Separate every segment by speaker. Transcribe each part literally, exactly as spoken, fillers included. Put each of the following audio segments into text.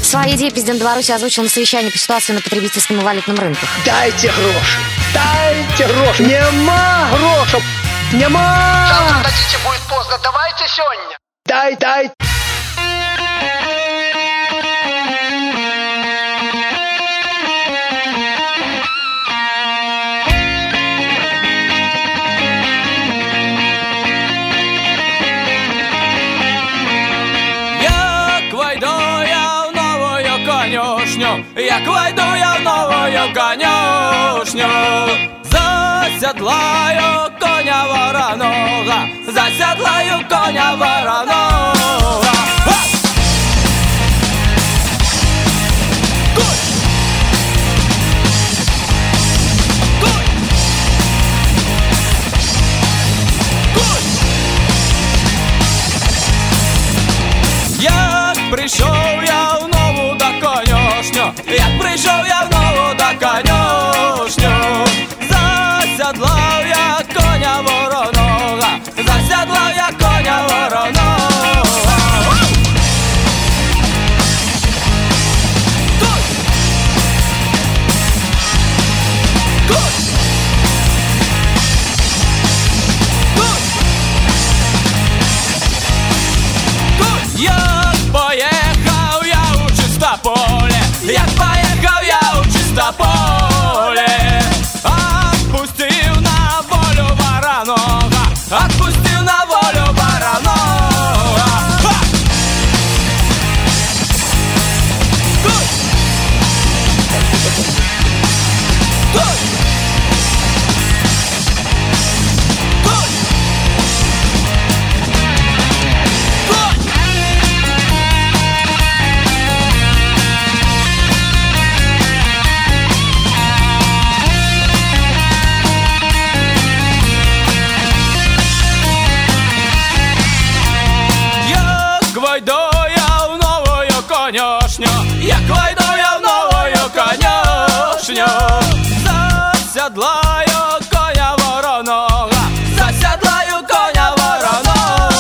Speaker 1: Свои идеи президент Беларуси озвучил на совещании по ситуации на потребительском и валютном рынке.
Speaker 2: Дайте гроши, дайте гроши. Нема грошей, нема.
Speaker 3: Завтра дадите, будет поздно, давайте сегодня.
Speaker 2: Дай, дай.
Speaker 4: Як войду я в новую конюшню, засядлаю коня вороного, засядлаю коня вороного. Як прийшов я в нову да конюшню, як прийшов я в нову да конюшню, засядлав я коня вороного, засядлав я коня вороного. Як поїхав я у чисте поле, як поїхав я у чисте поле, отпустив на волю вороного, отпустив на волю вороного. Як войду я в новую конюшню, засядлаю коня вороного, засядлаю коня вороного.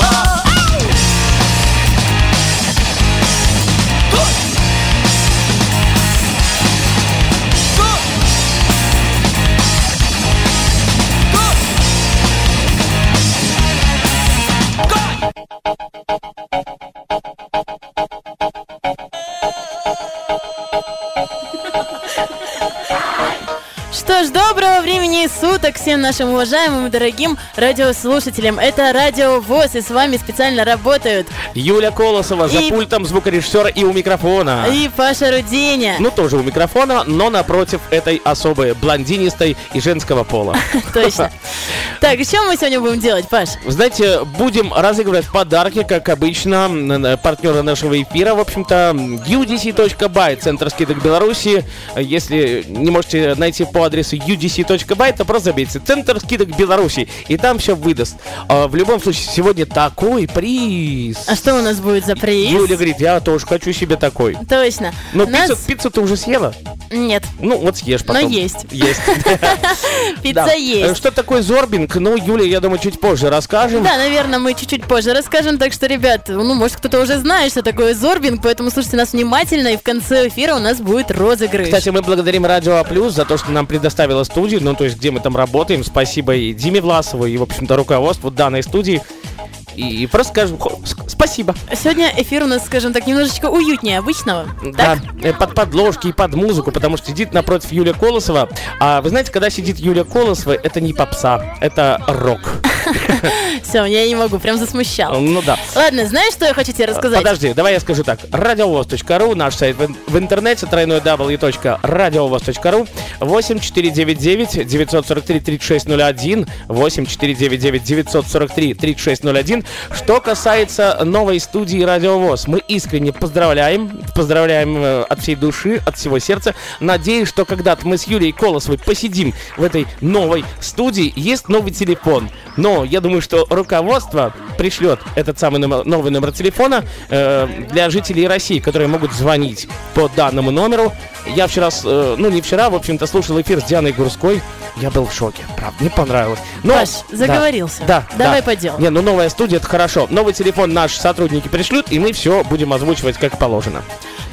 Speaker 5: Что ж, доброго времени суток всем нашим уважаемым и дорогим радиослушателям. Это Радио ВОС, и с вами специально работают
Speaker 6: Юля Колосова за
Speaker 5: и...
Speaker 6: пультом звукорежиссера и у микрофона.
Speaker 5: И Паша Руденя.
Speaker 6: Ну, тоже у микрофона, но напротив этой особой блондинистой и женского пола.
Speaker 5: Точно. Так, и что мы сегодня будем делать, Паш?
Speaker 6: Вы знаете, будем разыгрывать подарки, как обычно. Партнеры нашего эфира, в общем-то, ю ди си точка бай, центр скидок Беларуси. Если не можете найти по адресу ю ди си точка бай, то просто забейте центр скидок Беларуси, и там все выдаст. А, в любом случае, сегодня такой приз.
Speaker 5: А что у нас будет за приз?
Speaker 6: Юля говорит, я тоже хочу себе такой.
Speaker 5: Точно.
Speaker 6: Но
Speaker 5: нас...
Speaker 6: пиццу, пиццу ты уже съела?
Speaker 5: Нет.
Speaker 6: Ну, вот съешь потом.
Speaker 5: Но есть.
Speaker 6: Есть.
Speaker 5: Пицца есть.
Speaker 6: Что такое зорбинг? Ну, Юля, я думаю, чуть позже расскажем.
Speaker 5: Да, наверное, мы чуть-чуть позже расскажем. Так что, ребят, ну, может, кто-то уже знает, что такое зорбинг, поэтому слушайте нас внимательно, и в конце эфира у нас будет розыгрыш.
Speaker 6: Кстати, мы благодарим Радио А Плюс за то, что нам предоставила студию, ну, то есть, где мы там работаем. Спасибо и Диме Власову, и, в общем-то, руководству данной студии. И просто скажем спасибо.
Speaker 5: Сегодня эфир у нас, скажем так, немножечко уютнее обычного.
Speaker 6: Да,
Speaker 5: так?
Speaker 6: под подложки и под музыку, потому что сидит напротив Юлия Колосова. А вы знаете, когда сидит Юлия Колосова, это не попса, это рок.
Speaker 5: Все, я не могу, прям засмущал.
Speaker 6: Ну да.
Speaker 5: Ладно, знаешь, что я хочу тебе рассказать?
Speaker 6: Подожди, давай я скажу так. радиовоз точка ру, наш сайт в, в интернете, тройной дабл ю точка радиовоз точка ру, восемь четыре девять девять девятьсот сорок три тридцать шесть ноль один, восемь четыре девять девять девятьсот сорок три тридцать шесть ноль один. Что касается новой студии Радиовоз, мы искренне поздравляем, поздравляем э, от всей души, от всего сердца. Надеюсь, что когда-то мы с Юлией Колосовой посидим в этой новой студии. Есть новый телефон, но я думаю, что руководство пришлет этот самый номер, новый номер телефона э, для жителей России, которые могут звонить по данному номеру. Я вчера, э, ну не вчера, в общем-то, слушал эфир с Дианой Гурской. Я был в шоке, правда, мне понравилось. Но,
Speaker 5: Паш, заговорился.
Speaker 6: Да,
Speaker 5: Давай
Speaker 6: да.
Speaker 5: по делу.
Speaker 6: Не, ну новая студия, это хорошо. Новый телефон наши сотрудники пришлют, и мы все будем озвучивать как положено.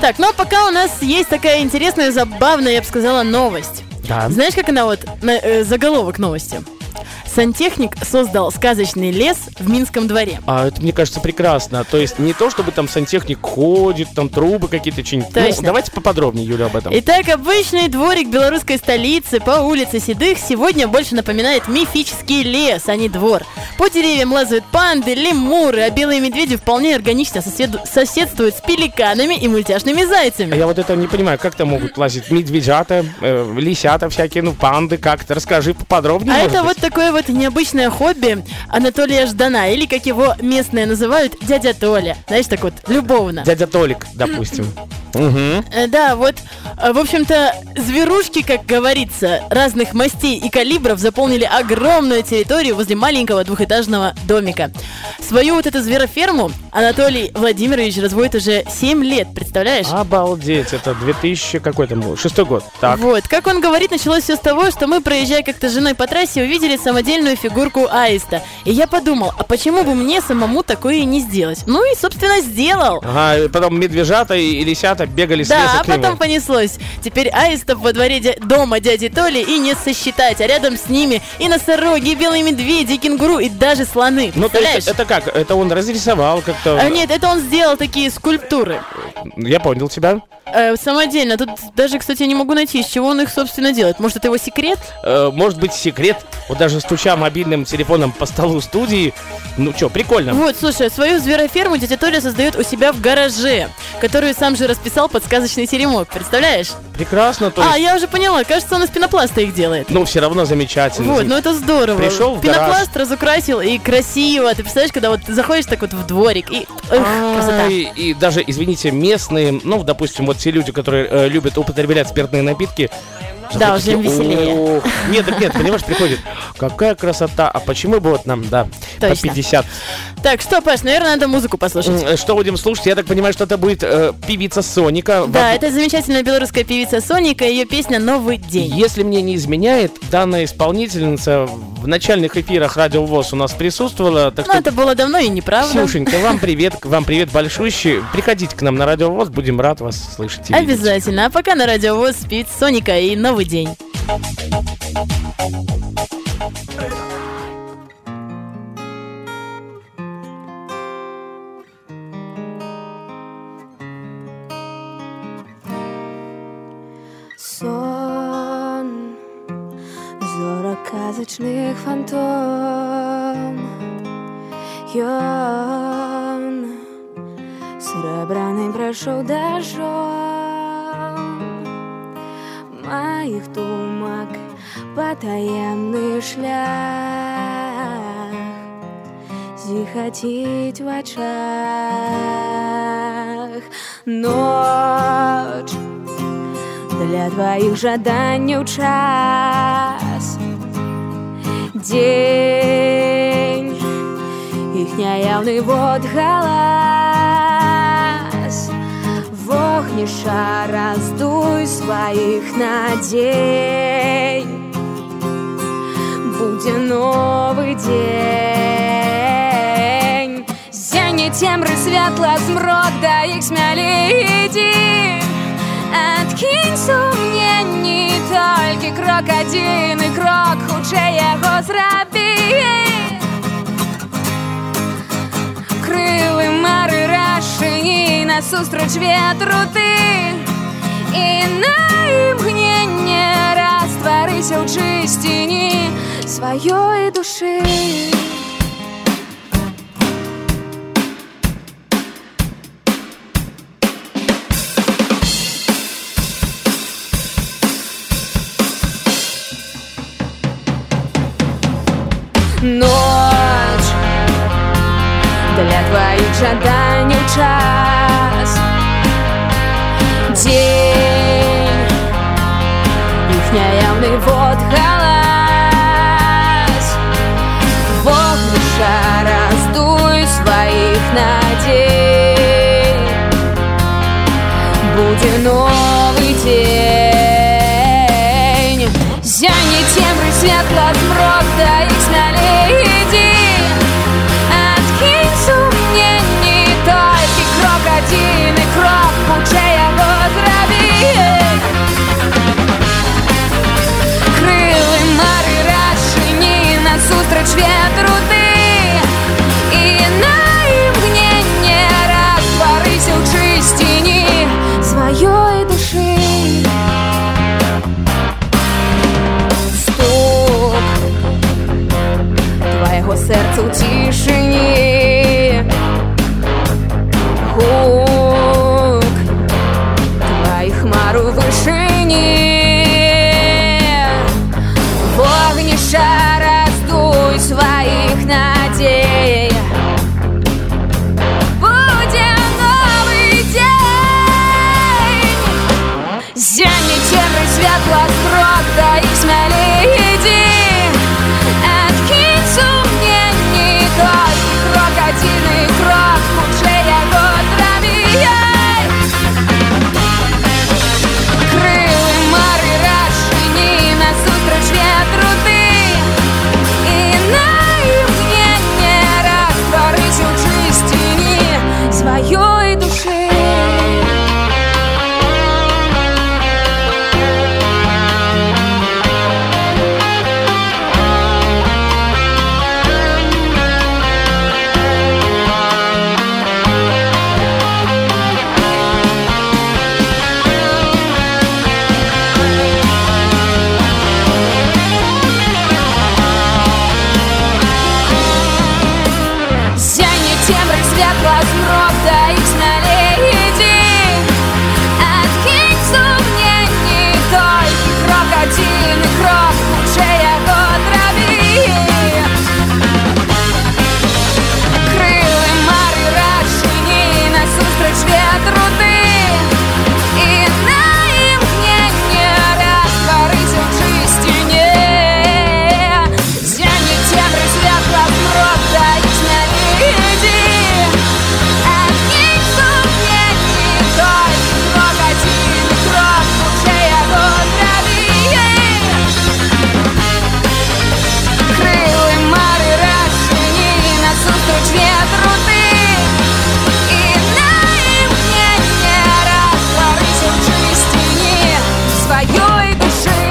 Speaker 5: Так, ну а пока у нас есть такая интересная, забавная, я бы сказала, новость.
Speaker 6: Да.
Speaker 5: Знаешь, как она вот, на, э, заголовок новости? Сантехник создал сказочный лес в Минском дворе.
Speaker 6: А это, мне кажется, прекрасно. То есть не то, чтобы там сантехник ходит, там трубы какие-то чинит. Ну, давайте поподробнее, Юля, об этом.
Speaker 5: Итак, обычный дворик белорусской столицы по улице Седых сегодня больше напоминает мифический лес, а не двор. По деревьям лазают панды, лемуры, а белые медведи вполне органично сосед... соседствуют с пеликанами и мультяшными зайцами.
Speaker 6: А я вот это не понимаю, как там могут лазить медвежата, э, лисята всякие, ну, панды как-то. Расскажи поподробнее.
Speaker 5: А это
Speaker 6: быть.
Speaker 5: вот такое вот необычное хобби Анатолия Ждана, или, как его местные называют, дядя Толя. Знаешь, так вот, любовно.
Speaker 6: Дядя Толик, допустим. Угу.
Speaker 5: Да, вот, в общем-то, зверушки, как говорится, разных мастей и калибров заполнили огромную территорию возле маленького двухэтажного домика. Свою вот эту звероферму Анатолий Владимирович разводит уже семь лет, представляешь?
Speaker 6: Обалдеть, это две тысячи какой там был, шестой год. Так.
Speaker 5: Вот, как он говорит, началось все с того, что мы, проезжая как-то с женой по трассе, увидели самодельную фигурку аиста. И я подумал, а почему бы мне самому такое и не сделать? Ну и, собственно, сделал.
Speaker 6: Ага, потом медвежата и лисята бегали с леса
Speaker 5: Да, а
Speaker 6: к нему.
Speaker 5: потом понеслось. Теперь аистов во дворе дя- дома дяди Толи и не сосчитать, а рядом с ними и носороги, и белые медведи, и кенгуру, и даже слоны.
Speaker 6: Ну, то
Speaker 5: Представляешь?
Speaker 6: есть, это как? Это он разрисовал как-то?
Speaker 5: А, нет, это он сделал такие скульптуры.
Speaker 6: Я понял тебя.
Speaker 5: Э, самодельно. Тут даже, кстати, я не могу найти, из чего он их, собственно, делает. Может, это его секрет?
Speaker 6: Э, может быть, секрет. Вот даже стуча мобильным телефоном по столу студии. Ну что, прикольно.
Speaker 5: Вот, слушай, свою звероферму дядя Толя создает у себя в гараже, которую сам же расписал под сказочный теремок. Представляешь?
Speaker 6: Прекрасно. То
Speaker 5: А,
Speaker 6: есть...
Speaker 5: я уже поняла. Кажется, он из пенопласта их делает.
Speaker 6: Ну, все равно замечательно.
Speaker 5: Вот, ну это здорово.
Speaker 6: Пришел в
Speaker 5: Пенопласт разукрасил, и красиво. Ты представляешь, когда вот ты заходишь так вот в дворик, и эх, красота.
Speaker 6: И, и даже, извините, местные, ну, допустим, вот те люди, которые э, любят употреблять спиртные напитки.
Speaker 5: Да, уже им веселее.
Speaker 6: О, нет, так нет, понимаешь, приходит. Какая красота. А почему бы вот нам, да,
Speaker 5: Точно.
Speaker 6: по пятьдесят.
Speaker 5: Так, что, Паш, наверное, надо музыку послушать.
Speaker 6: М, Что будем слушать? Я так понимаю, что это будет э, певица Соника.
Speaker 5: Да,
Speaker 6: Во-
Speaker 5: это замечательная белорусская певица Соника, ее песня «Новый день».
Speaker 6: Если мне не изменяет, данная исполнительница в начальных эфирах Радио ВОС у нас присутствовала. Так
Speaker 5: Но
Speaker 6: что,
Speaker 5: это было давно и неправда.
Speaker 6: Ксюшенька, вам привет, вам привет большущий. Приходите к нам на Радио ВОС, будем рад вас слышать и видеть.
Speaker 5: Обязательно. А пока на Радио ВОС певица Соника и «Новый день».
Speaker 7: Сон, зорок казачных фантом, ён срэбраным прайшоў дажджом маіх думак патаемны шлях зіхаціць у вачах. Ноч для твоих жаданняў час, дзень іх няяўны водгалас, вогнішча раздуй сваіх надзей, будзе новы дзень. Зяне цемры святла змрок, да іх смялей ідзі. Адкінь сумненні, толькі крок адзін і крок хутчэй яго зрабі. Крылы мары расчыні насустрач ветру ты, і на імгненне растварыся ў чысціні сваёй душы. Ночь для твоих жаданняў час, дзень іх няяўны водгалас, вогнішча раздуй сваіх надзей, будзе новы дзень. Зяне цемры святла змрок, да іх смялей ідзі. Адкінь сумненні, толькі крок адзін і крок хутчэй яго в вышине. В огне шара раздуй своих надей. Будет новый день. Зимний темный свет лоскрот, да их смелее иди. Откинь сомнений, только крокодильный крок худшее его травей. Крылы моря расшини насустрач ветру ты, и на их мнение растворить учистини своей души. Возмрок, да их смелее иди. Откинь сомнений, только крокодильный крок лучшее его трави. Крылы моря расшини насустрач ветру ты, и на их мнение растворить в чистине. Зимний темный свет возмрок, да их смелее иди. Ветру ты, и на их мнение растворить в чистине своей души.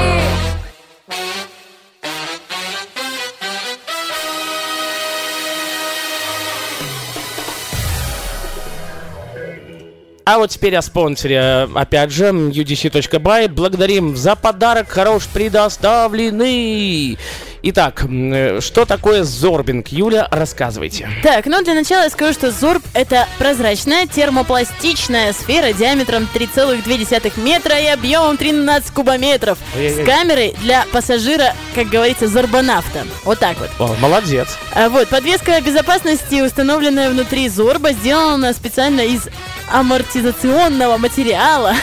Speaker 6: А вот теперь о спонсоре, опять же, ю ди си точка бай. Благодарим за подарок, хорош предоставленный. Итак, что такое зорбинг? Юля, рассказывайте.
Speaker 5: Так, ну для начала я скажу, что зорб — это прозрачная термопластичная сфера диаметром три целых две десятых метра и объемом тринадцать кубометров. Ой-ой-ой. С камерой для пассажира, как говорится, зорбонавта. Вот так вот.
Speaker 6: О, молодец.
Speaker 5: А вот, подвеска безопасности, установленная внутри зорба, сделана специально из амортизационного материала.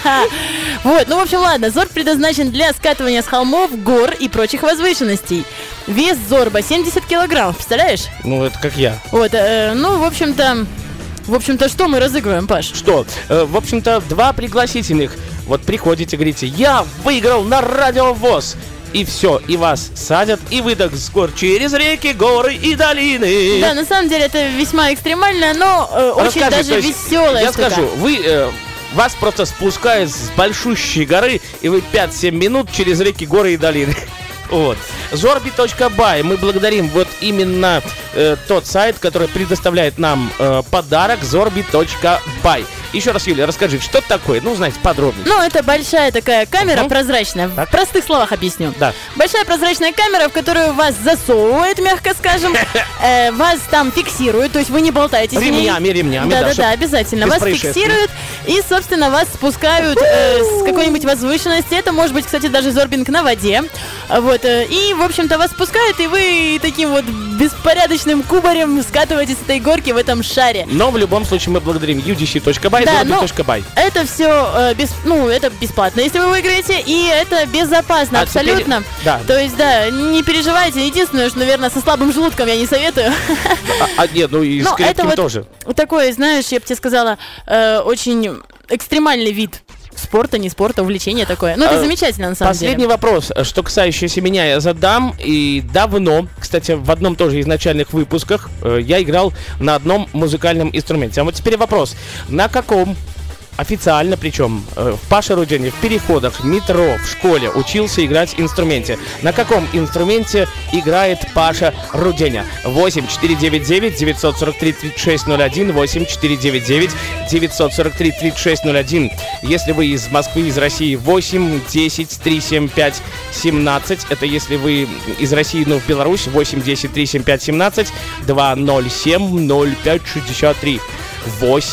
Speaker 5: Вот, ну в общем, ладно. Зорб предназначен для скатывания с холмов, гор и прочих возвышенностей. Вес зорба семьдесят килограммов, представляешь?
Speaker 6: Ну, это как я.
Speaker 5: Вот, э, ну, в общем-то, в общем-то, что мы разыгрываем, Паш?
Speaker 6: Что? Э, в общем-то, два пригласительных. Вот приходите, говорите, я выиграл на Радио ВОС. И все, и вас садят, и вы так с гор через реки, горы и долины.
Speaker 5: Да, на самом деле это весьма экстремально, но э, очень даже веселая
Speaker 6: Я
Speaker 5: штука.
Speaker 6: скажу, вы... Э, вас просто спускают с большущей горы, и вы пять-семь минут через реки, горы и долины. Вот. зорби точка бай. Мы благодарим вот именно э, тот сайт, который предоставляет нам э, подарок зорби точка бай. Еще раз, Юля, расскажи, что это такое? Ну, знаете, подробнее.
Speaker 5: Ну, это большая такая камера, uh-huh. прозрачная.
Speaker 6: Так.
Speaker 5: В простых словах объясню.
Speaker 6: Да.
Speaker 5: Большая прозрачная камера, в которую вас засовывает, мягко скажем. э, вас там фиксирует, то есть вы не болтаетесь.
Speaker 6: Ремнями, ремнями.
Speaker 5: Да-да-да, обязательно. Вас фиксируют и, собственно, вас спускают э, с какой-нибудь возвышенности. Это может быть, кстати, даже зорбинг на воде. Вот. Э, и, в общем-то, вас спускают, и вы таким вот беспорядочным кубарем скатываетесь с этой горки в этом шаре.
Speaker 6: Но в любом случае мы благодарим ю ди си точка бай.
Speaker 5: Да,
Speaker 6: .бай.
Speaker 5: Это все э, без, ну, это бесплатно, если вы выиграете, и это безопасно, а абсолютно. Теперь, да. То есть, да, не переживайте. Единственное, что, наверное, со слабым желудком я не советую.
Speaker 6: А, а нет, ну и с крепким
Speaker 5: это вот
Speaker 6: тоже.
Speaker 5: Такой, знаешь, я бы тебе сказала, э, очень экстремальный вид спорта, не спорта, увлечение такое. Ну, это а, замечательно, на самом
Speaker 6: последний
Speaker 5: деле.
Speaker 6: Последний вопрос, что касающийся меня, я задам. И давно, кстати, в одном тоже из начальных выпусках э, я играл на одном музыкальном инструменте. А вот теперь вопрос. На каком официально, причем э, в Паше Рудене, в переходах, в метро, в школе учился играть инструменте? На каком инструменте играет Паша Руденя? восемь четыре девять девять девятьсот сорок три тридцать шесть ноль один, восемь четыре девять девять девятьсот сорок три тридцать шесть ноль один. Если вы из Москвы, из России, восемь десять три семь пять семнадцать. Это если вы из России, ну, в Беларусь, восемь десять три семь пять семнадцать, два ноль семь ноль пять шестьдесят три. восемь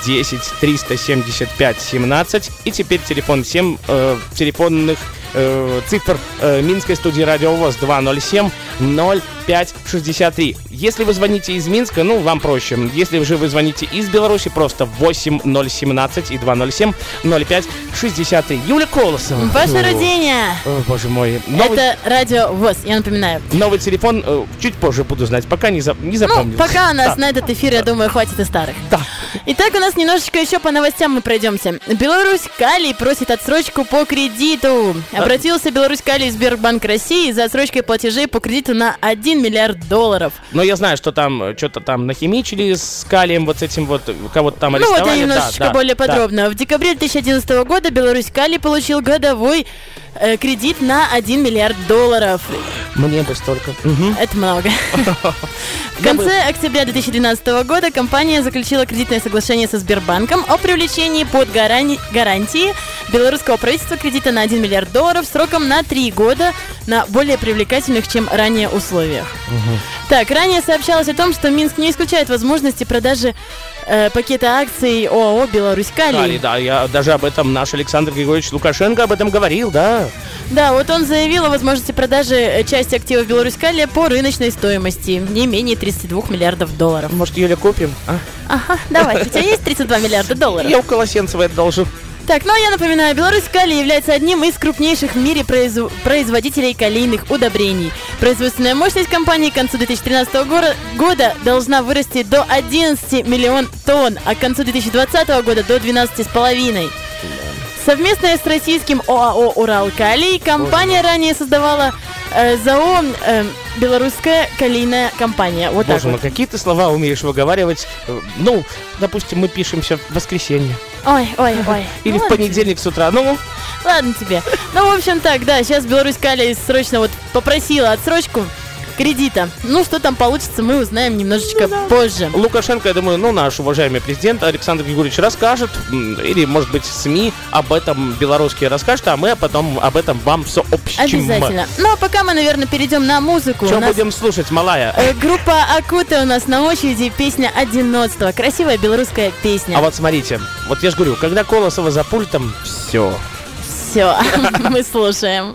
Speaker 6: десять триста семьдесят пять семнадцать. И теперь телефон семь э, телефонных э, цифр э, Минской студии Радио ВОС два ноль семь ноль пять шестьдесят три. Если вы звоните из Минска, ну, вам проще. Если же вы звоните из Беларуси, просто восемь ноль семнадцать и два ноль семь ноль пять шестьдесят три. Юля Колосова.
Speaker 5: Ваше рождение!
Speaker 6: О, боже мой. Новый...
Speaker 5: Это Радио ВОС, я напоминаю.
Speaker 6: Новый телефон э, чуть позже буду знать, пока не, за... не запомнил.
Speaker 5: Ну, пока у нас
Speaker 6: да.
Speaker 5: на этот эфир, я думаю, хватит и старых.
Speaker 6: Да.
Speaker 5: Итак, у нас немножечко еще по новостям мы пройдемся. Беларусь Калий просит отсрочку по кредиту. Обратился Беларусь Калий в Сбербанк России за отсрочкой платежей по кредиту на один миллиард долларов.
Speaker 6: Но я знаю, что там что-то там нахимичили с калием, вот с этим вот, кого-то там арестовали.
Speaker 5: Ну вот я немножечко
Speaker 6: да,
Speaker 5: более
Speaker 6: да,
Speaker 5: подробно. Да. В декабре две тысячи одиннадцатого года Беларусь Калий получил годовой э, кредит на один миллиард долларов.
Speaker 6: Мне бы столько. Угу.
Speaker 5: Это много. В конце октября две тысячи двенадцатого года компания заключила кредитное соглашение со Сбербанком о привлечении под гарани- гарантии белорусского правительства кредита на один миллиард долларов сроком на три года на более привлекательных, чем ранее, условиях. Угу. Так, ранее сообщалось о том, что Минск не исключает возможности продажи э, пакета акций ОАО «Беларусь Калий».
Speaker 6: Да, я даже об этом наш Александр Григорьевич Лукашенко об этом говорил, да.
Speaker 5: Да, вот он заявил о возможности продажи части активов «Беларусь Калия» по рыночной стоимости не менее тридцати двух миллиардов долларов.
Speaker 6: Может, Юля, купим? А?
Speaker 5: Ага, давай, у тебя есть тридцать два миллиарда долларов?
Speaker 6: Я у Колосенцева это должен.
Speaker 5: Так, ну а я напоминаю, Беларусь Калий является одним из крупнейших в мире произв... производителей калийных удобрений. Производственная мощность компании к концу две тысячи тринадцатого го- года должна вырасти до одиннадцати миллионов тонн, а к концу две тысячи двадцатого года до двенадцати с половиной. Совместно с российским ОАО «Уралкалий» компания Боже ранее создавала э, ЗАО э, «Белорусская калийная компания». Вот
Speaker 6: Боже,
Speaker 5: так вот.
Speaker 6: ну какие ты слова умеешь выговаривать? Ну, допустим, мы пишемся в воскресенье.
Speaker 5: Ой, ой, ой.
Speaker 6: Или
Speaker 5: ну,
Speaker 6: в понедельник с утра. Ну,
Speaker 5: ладно тебе. Ну, в общем, так, да, сейчас Беларусь Калий срочно вот попросила отсрочку кредита. Ну, что там получится, мы узнаем немножечко ну, да. позже.
Speaker 6: Лукашенко, я думаю, ну, наш уважаемый президент Александр Григорьевич расскажет, или, может быть, СМИ об этом белорусские расскажут, а мы потом об этом вам сообщим.
Speaker 5: Обязательно. Ну, а пока мы, наверное, перейдем на музыку.
Speaker 6: Что
Speaker 5: нас...
Speaker 6: будем слушать, малая?
Speaker 5: Э, группа Акута у нас на очереди, песня «Одиночество». Красивая белорусская песня.
Speaker 6: А вот смотрите, вот я же говорю, когда Колосова за пультом, все.
Speaker 5: Все, мы слушаем.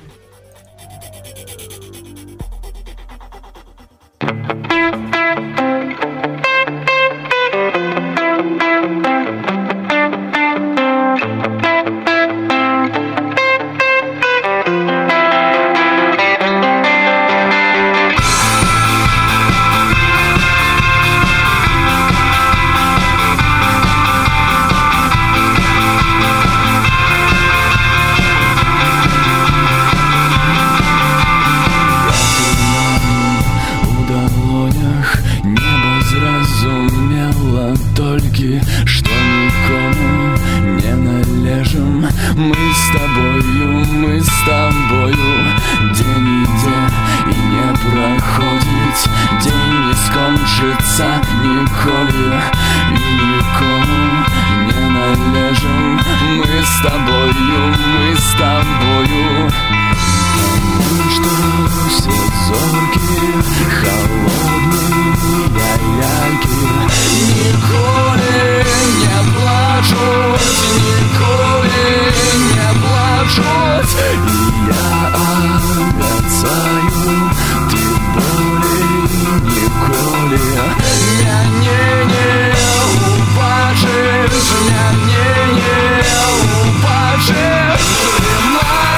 Speaker 4: Trimaj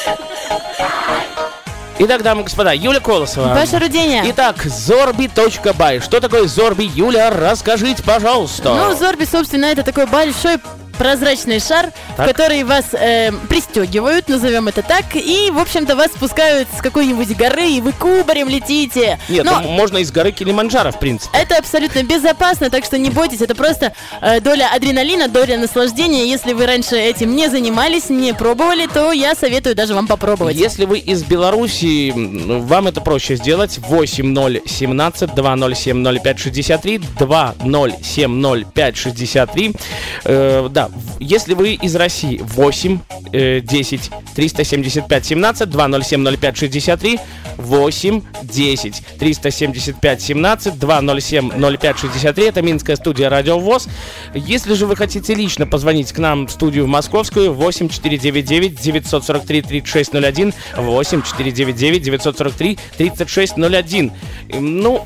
Speaker 6: Итак, дамы и господа, Юля Колосова.
Speaker 5: Ваше Руденя.
Speaker 6: Итак, зорби точка бай. Что такое Зорби? Юля, расскажите, пожалуйста.
Speaker 5: Ну, Зорби, собственно, это такой большой прозрачный шар, так. в который вас э, пристегивают, назовем это так, и, в общем-то, вас спускают с какой-нибудь горы, и вы кубарем летите.
Speaker 6: Нет,
Speaker 5: Но
Speaker 6: ну, можно из горы Килиманджаро, в принципе.
Speaker 5: Это абсолютно безопасно, так что не бойтесь, это просто э, доля адреналина, доля наслаждения. Если вы раньше этим не занимались, не пробовали, то я советую даже вам попробовать.
Speaker 6: Если вы из Беларуси, вам это проще сделать. восемь ноль семнадцать два ноль семь ноль пять шестьдесят три два ноль семь ноль пять шестьдесят три. Э, да. Если вы из России, восемь десять триста семьдесят пять семнадцать два ноль семь ноль пять шестьдесят три, восемь десять триста семьдесят пять семнадцать два ноль семь ноль пять шестьдесят три, это Минская студия Радио ВОС. Если же вы хотите лично позвонить к нам в студию в Московскую, восемь четыре девять девять девятьсот сорок три тридцать шесть ноль один, восемь четыре девять девять девятьсот сорок три тридцать шесть ноль один. Ну,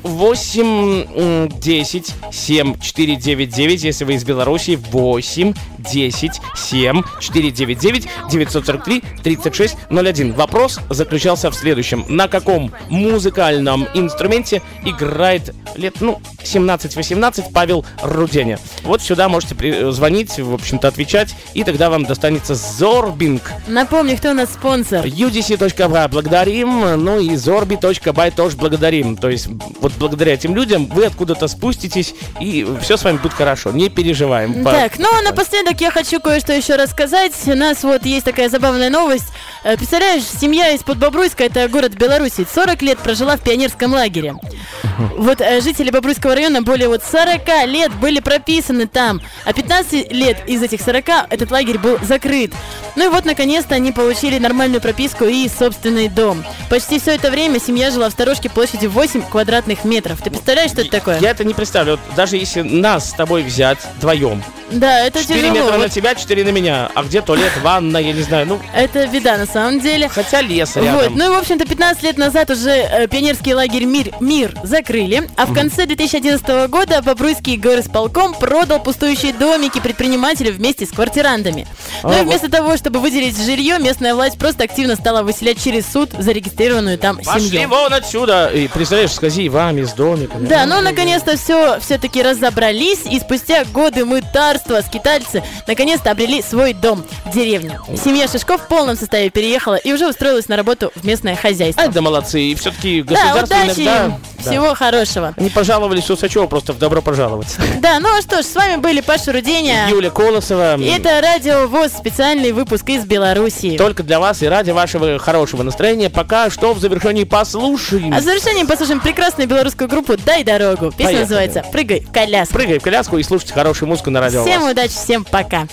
Speaker 6: восемь десять семь четыре девять девять, если вы из Беларуси, восемь десять семь четыре девять девять девятьсот сорок три тридцать шесть ноль один. Вопрос заключался в следующем: на каком музыкальном инструменте играет лет, ну, семнадцать-восемнадцать Павел Руденя? Вот сюда можете при- звонить, в общем-то, отвечать, и тогда вам достанется Зорбинг.
Speaker 5: Напомню, кто у нас спонсор.
Speaker 6: ю ди си точка бай благодарим, ну и зорби точка бай тоже благодарим. То есть вот благодаря этим людям вы откуда-то спуститесь, и все с вами будет хорошо, не переживаем.
Speaker 5: Так, ну а напоследок я хочу кое-что еще рассказать. У нас вот есть такая забавная новость. Представляешь, семья из-под Бобруйска, это город в Беларуси, сорок лет прожила в пионерском лагере. Вот э, жители Бобруйского района более вот сорок лет были прописаны там, а пятнадцать лет из этих сорока этот лагерь был закрыт. Ну и вот наконец-то они получили нормальную прописку и собственный дом. Почти все это время семья жила в сторожке площадью восемь квадратных метров. Ты представляешь, что это такое?
Speaker 6: Я это не представляю. Вот даже если нас с тобой взять вдвоем.
Speaker 5: Да, это
Speaker 6: четыре
Speaker 5: тяжело.
Speaker 6: метра
Speaker 5: вот.
Speaker 6: на тебя, четыре на меня. А где туалет, ванна, я не знаю, ну...
Speaker 5: Это беда на самом деле.
Speaker 6: Хотя лес рядом.
Speaker 5: Вот, ну и в общем-то пятнадцать лет назад уже э, пионерский лагерь «Мир, Мир» закрыли, а в конце две тысячи одиннадцатого года Бобруйский горисполком продал пустующие домики предпринимателю вместе с квартирантами.
Speaker 6: А,
Speaker 5: ну и
Speaker 6: вот.
Speaker 5: вместо того, чтобы выделить жилье, местная власть просто активно стала выселять через суд зарегистрированную там
Speaker 6: Пошли
Speaker 5: семью.
Speaker 6: вон отсюда! И представляешь, с хозяевами, с домиками.
Speaker 5: Да, но наконец-то все все-таки разобрались, и спустя годы мытарства скитальцы наконец-то обрели свой дом в деревне. Семья Шишков в полном составе переехала и уже устроилась на работу в местное хозяйство.
Speaker 6: Ай, да молодцы, и все-таки
Speaker 5: Да,
Speaker 6: государство
Speaker 5: удачи
Speaker 6: иногда...
Speaker 5: им, всего хорошего.
Speaker 6: Они пожаловались Усачеву просто в добро пожаловать.
Speaker 5: Да, ну а что ж, с вами были Паша Руденя.
Speaker 6: Юля Колосова.
Speaker 5: И это Радио ВОС, специальный выпуск из Беларуси.
Speaker 6: Только для вас и ради вашего хорошего настроения. Пока что в завершении послушаем.
Speaker 5: А в завершении послушаем прекрасную белорусскую группу «Дай дорогу». Песня
Speaker 6: Поехали.
Speaker 5: называется «Прыгай в коляску».
Speaker 6: Прыгай в коляску и слушайте хорошую музыку на радио.
Speaker 5: Всем
Speaker 6: ВОС.
Speaker 5: удачи, всем пока.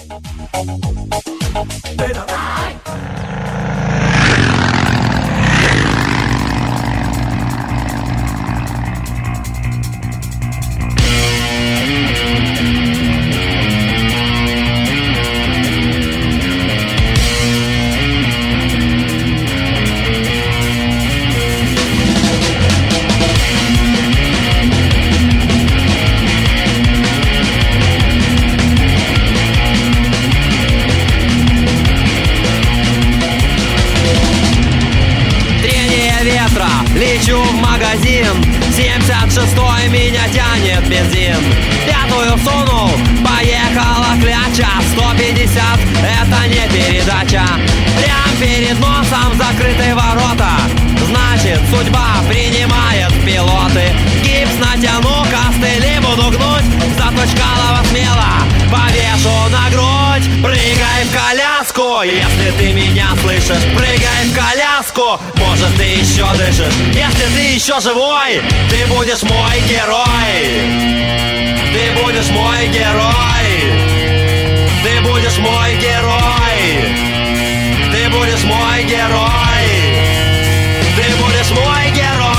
Speaker 4: Лечу в магазин, семьдесят шестой меня тянет бензин. Пятую сунул, поехала кляча, сто пятьдесят, это не передача. Прям перед носом закрытые ворота, значит судьба принимает пилоты. Гипс натяну, костыли буду гнуть, зато Чкалова смело повешу на грудь. Прыгай в коляску, если ты меня слышишь. Прыгай в коляску, может ты еще дышишь. Если ты еще живой, ты будешь мой герой. Ты будешь мой герой. Ты будешь мой герой. Ты будешь мой герой. Ты будешь мой герой.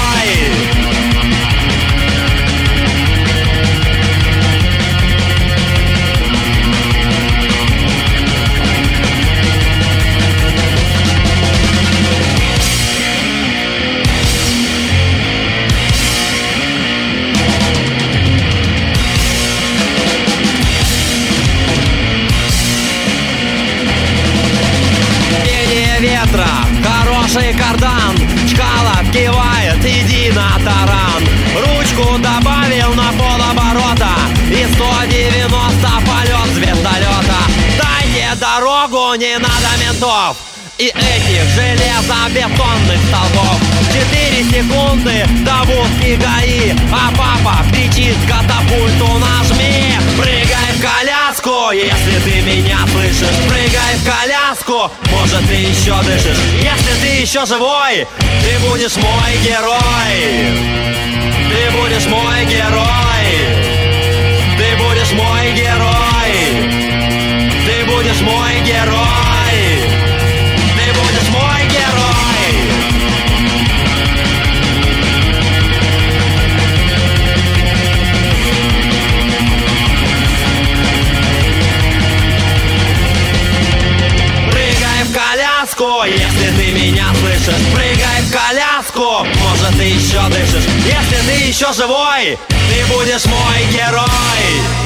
Speaker 4: хороший кардан. Шкала кивает, иди на таран. Ручку добавил на полоборота и сто девяносто полет с вертолета. Дайте дорогу, не надо ментов и этих железобетонных столбов. Четыре секунды до будки ГАИ, а папа кричит: катапульту нажми. Прыгай в коляску, если ты меня слышишь. Прыгай в коляску, может ты еще дышишь. Если ты еще живой, ты будешь мой герой. Ты будешь мой герой. Ты будешь мой герой. Ты будешь мой герой. Ты будешь мой герой. Прыгай в коляску, если ты меня слышишь. Прыгай в коляску, может ты еще дышишь. Если ты еще живой, ты будешь мой герой.